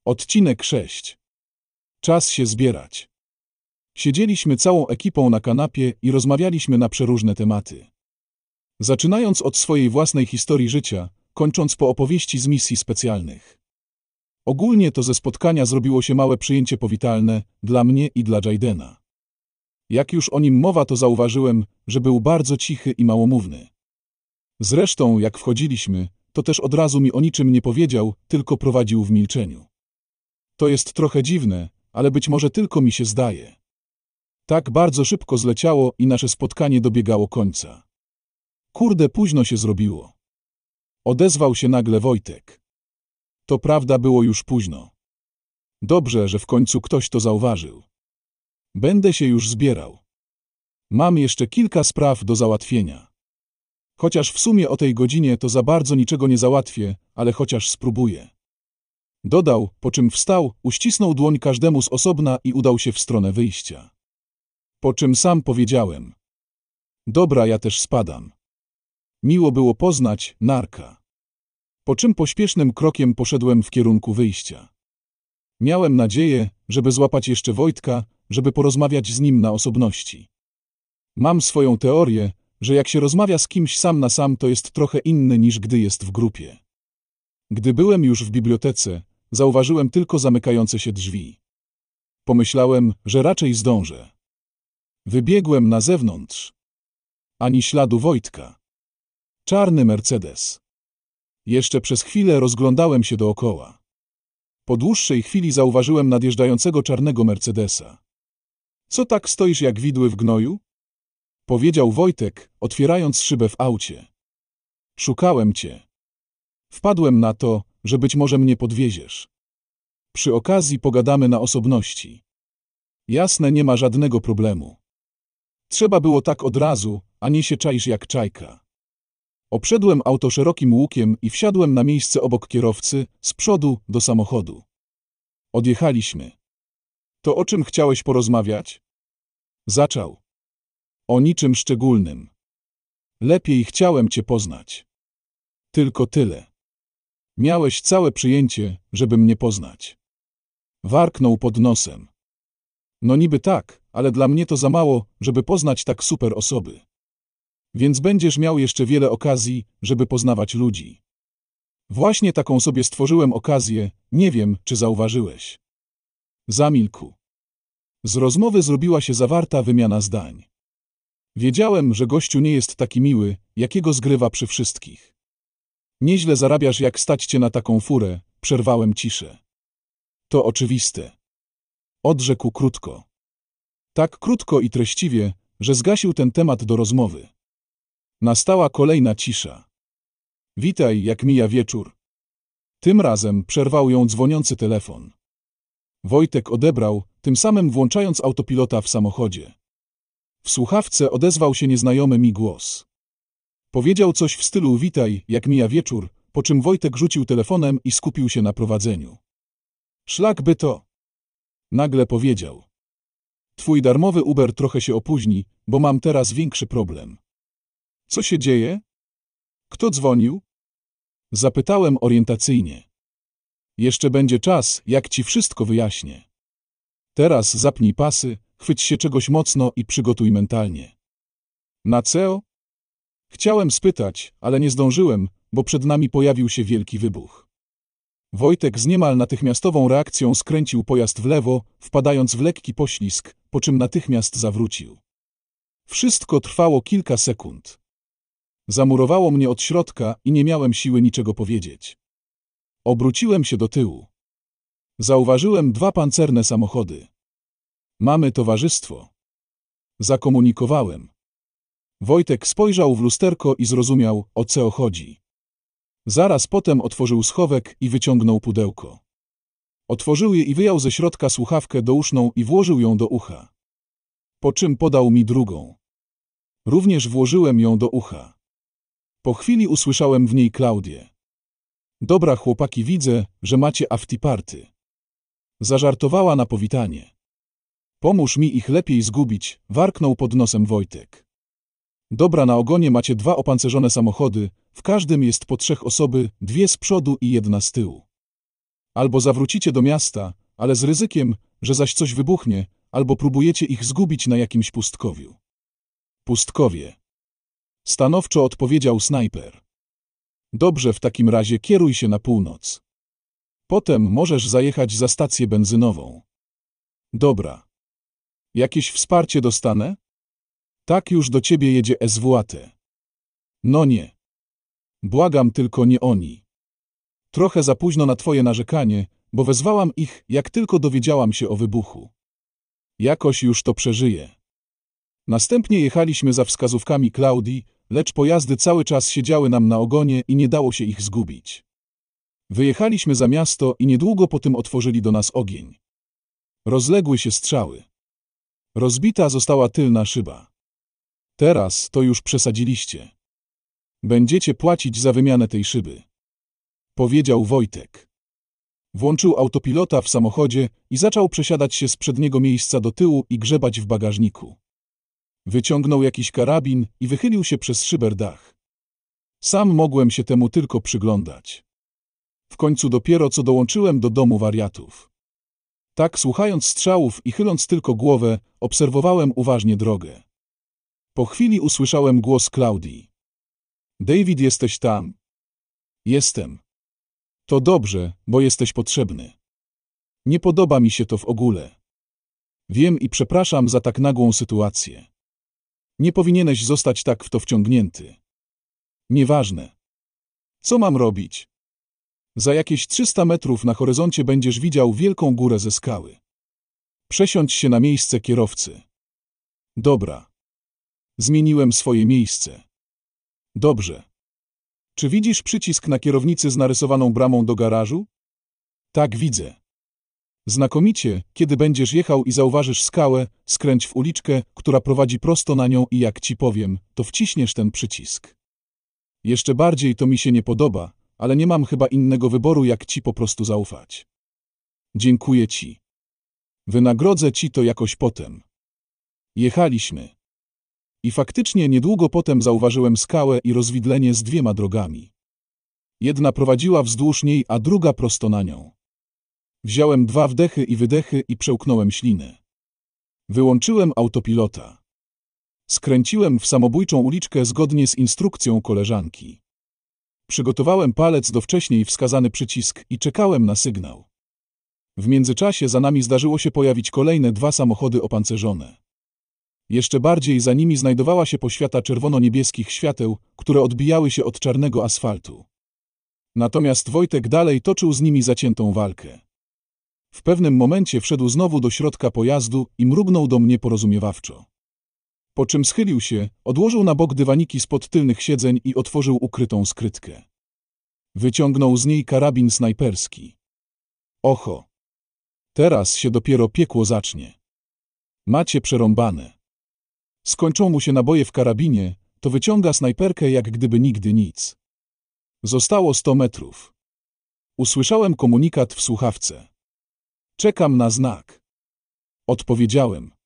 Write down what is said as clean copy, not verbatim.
Odcinek 6. Czas się zbierać. Siedzieliśmy całą ekipą na kanapie i rozmawialiśmy na przeróżne tematy. Zaczynając od swojej własnej historii życia, kończąc po opowieści z misji specjalnych. Ogólnie to ze spotkania zrobiło się małe przyjęcie powitalne dla mnie i dla Jaydena. Jak już o nim mowa, to zauważyłem, że był bardzo cichy i małomówny. Zresztą, jak wchodziliśmy, to też od razu mi o niczym nie powiedział, tylko prowadził w milczeniu. To jest trochę dziwne, ale być może tylko mi się zdaje. Tak bardzo szybko zleciało i nasze spotkanie dobiegało końca. Kurde, późno się zrobiło. Odezwał się nagle Wojtek. To prawda, było już późno. Dobrze, że w końcu ktoś to zauważył. Będę się już zbierał. Mam jeszcze kilka spraw do załatwienia. Chociaż w sumie o tej godzinie to za bardzo niczego nie załatwię, ale chociaż spróbuję. Dodał, po czym wstał, uścisnął dłoń każdemu z osobna i udał się w stronę wyjścia. Po czym sam powiedziałem. Dobra, ja też spadam. Miło było poznać, narka. Po czym pośpiesznym krokiem poszedłem w kierunku wyjścia. Miałem nadzieję, żeby złapać jeszcze Wojtka, żeby porozmawiać z nim na osobności. Mam swoją teorię, że jak się rozmawia z kimś sam na sam, to jest trochę inny niż gdy jest w grupie. Gdy byłem już w bibliotece, zauważyłem tylko zamykające się drzwi. Pomyślałem, że raczej zdążę. Wybiegłem na zewnątrz. Ani śladu Wojtka. Czarny Mercedes. Jeszcze przez chwilę rozglądałem się dookoła. Po dłuższej chwili zauważyłem nadjeżdżającego czarnego Mercedesa. Co tak stoisz jak widły w gnoju? Powiedział Wojtek, otwierając szybę w aucie. Szukałem cię. Wpadłem na to, że być może mnie podwieziesz. Przy okazji pogadamy na osobności. Jasne, nie ma żadnego problemu. Trzeba było tak od razu, a nie się czaisz jak czajka. Obszedłem auto szerokim łukiem i wsiadłem na miejsce obok kierowcy, z przodu, do samochodu. Odjechaliśmy. To o czym chciałeś porozmawiać? Zaczął. O niczym szczególnym. Lepiej chciałem cię poznać. Tylko tyle. Miałeś całe przyjęcie, żeby mnie poznać. Warknął pod nosem. No niby tak, ale dla mnie to za mało, żeby poznać tak super osoby. Więc będziesz miał jeszcze wiele okazji, żeby poznawać ludzi. Właśnie taką sobie stworzyłem okazję, nie wiem, czy zauważyłeś. Zamilkł. Z rozmowy zrobiła się zawarta wymiana zdań. Wiedziałem, że gościu nie jest taki miły, jakiego zgrywa przy wszystkich. Nieźle zarabiasz, jak stać cię na taką furę, przerwałem ciszę. To oczywiste. Odrzekł krótko. Tak krótko i treściwie, że zgasił ten temat do rozmowy. Nastała kolejna cisza. Witaj, jak mija wieczór. Tym razem przerwał ją dzwoniący telefon. Wojtek odebrał, tym samym włączając autopilota w samochodzie. W słuchawce odezwał się nieznajomy mi głos. Powiedział coś w stylu witaj, jak mija wieczór, po czym Wojtek rzucił telefonem i skupił się na prowadzeniu. Szlak by to. Nagle powiedział. Twój darmowy Uber trochę się opóźni, bo mam teraz większy problem. Co się dzieje? Kto dzwonił? Zapytałem orientacyjnie. Jeszcze będzie czas, jak ci wszystko wyjaśnię. Teraz zapnij pasy, chwyć się czegoś mocno i przygotuj mentalnie. Na co? Chciałem spytać, ale nie zdążyłem, bo przed nami pojawił się wielki wybuch. Wojtek z niemal natychmiastową reakcją skręcił pojazd w lewo, wpadając w lekki poślizg, po czym natychmiast zawrócił. Wszystko trwało kilka sekund. Zamurowało mnie od środka i nie miałem siły niczego powiedzieć. Obróciłem się do tyłu. Zauważyłem 2 pancerne samochody. Mamy towarzystwo. Zakomunikowałem. Wojtek spojrzał w lusterko i zrozumiał, o co chodzi. Zaraz potem otworzył schowek i wyciągnął pudełko. Otworzył je i wyjął ze środka słuchawkę douszną i włożył ją do ucha. Po czym podał mi drugą. Również włożyłem ją do ucha. Po chwili usłyszałem w niej Klaudię. Dobra chłopaki, widzę, że macie afterparty. Zażartowała na powitanie. Pomóż mi ich lepiej zgubić, warknął pod nosem Wojtek. Dobra, na ogonie macie 2 opancerzone samochody, w każdym jest po 3 osoby, 2 z przodu i 1 z tyłu. Albo zawrócicie do miasta, ale z ryzykiem, że zaś coś wybuchnie, albo próbujecie ich zgubić na jakimś pustkowiu. Pustkowie. Stanowczo odpowiedział snajper. Dobrze, w takim razie kieruj się na północ. Potem możesz zajechać za stację benzynową. Dobra. Jakieś wsparcie dostanę? Tak, już do ciebie jedzie SWAT. No nie. Błagam, tylko nie oni. Trochę za późno na twoje narzekanie, bo wezwałam ich, jak tylko dowiedziałam się o wybuchu. Jakoś już to przeżyję. Następnie jechaliśmy za wskazówkami Klaudii, lecz pojazdy cały czas siedziały nam na ogonie i nie dało się ich zgubić. Wyjechaliśmy za miasto i niedługo po tym otworzyli do nas ogień. Rozległy się strzały. Rozbita została tylna szyba. Teraz to już przesadziliście. Będziecie płacić za wymianę tej szyby. Powiedział Wojtek. Włączył autopilota w samochodzie i zaczął przesiadać się z przedniego miejsca do tyłu i grzebać w bagażniku. Wyciągnął jakiś karabin i wychylił się przez szyberdach. Sam mogłem się temu tylko przyglądać. W końcu dopiero co dołączyłem do domu wariatów. Tak, słuchając strzałów i chyląc tylko głowę, obserwowałem uważnie drogę. Po chwili usłyszałem głos Klaudii. David, jesteś tam? Jestem. To dobrze, bo jesteś potrzebny. Nie podoba mi się to w ogóle. Wiem i przepraszam za tak nagłą sytuację. Nie powinieneś zostać tak w to wciągnięty. Nieważne. Co mam robić? Za jakieś 300 metrów na horyzoncie będziesz widział wielką górę ze skały. Przesiądź się na miejsce kierowcy. Dobra. Zmieniłem swoje miejsce. Dobrze. Czy widzisz przycisk na kierownicy z narysowaną bramą do garażu? Tak, widzę. Znakomicie, kiedy będziesz jechał i zauważysz skałę, skręć w uliczkę, która prowadzi prosto na nią i jak ci powiem, to wciśniesz ten przycisk. Jeszcze bardziej to mi się nie podoba, ale nie mam chyba innego wyboru, jak ci po prostu zaufać. Dziękuję ci. Wynagrodzę ci to jakoś potem. Jechaliśmy. I faktycznie niedługo potem zauważyłem skałę i rozwidlenie z 2 drogami. Jedna prowadziła wzdłuż niej, a druga prosto na nią. Wziąłem 2 wdechy i wydechy i przełknąłem ślinę. Wyłączyłem autopilota. Skręciłem w samobójczą uliczkę zgodnie z instrukcją koleżanki. Przygotowałem palec do wcześniej wskazany przycisk i czekałem na sygnał. W międzyczasie za nami zdarzyło się pojawić kolejne 2 samochody opancerzone. Jeszcze bardziej za nimi znajdowała się poświata czerwono-niebieskich świateł, które odbijały się od czarnego asfaltu. Natomiast Wojtek dalej toczył z nimi zaciętą walkę. W pewnym momencie wszedł znowu do środka pojazdu i mrugnął do mnie porozumiewawczo. Po czym schylił się, odłożył na bok dywaniki spod tylnych siedzeń i otworzył ukrytą skrytkę. Wyciągnął z niej karabin snajperski. Oho! Teraz się dopiero piekło zacznie. Macie przerąbane. Skończą mu się naboje w karabinie, to wyciąga snajperkę jak gdyby nigdy nic. Zostało 100 metrów. Usłyszałem komunikat w słuchawce. Czekam na znak. Odpowiedziałem.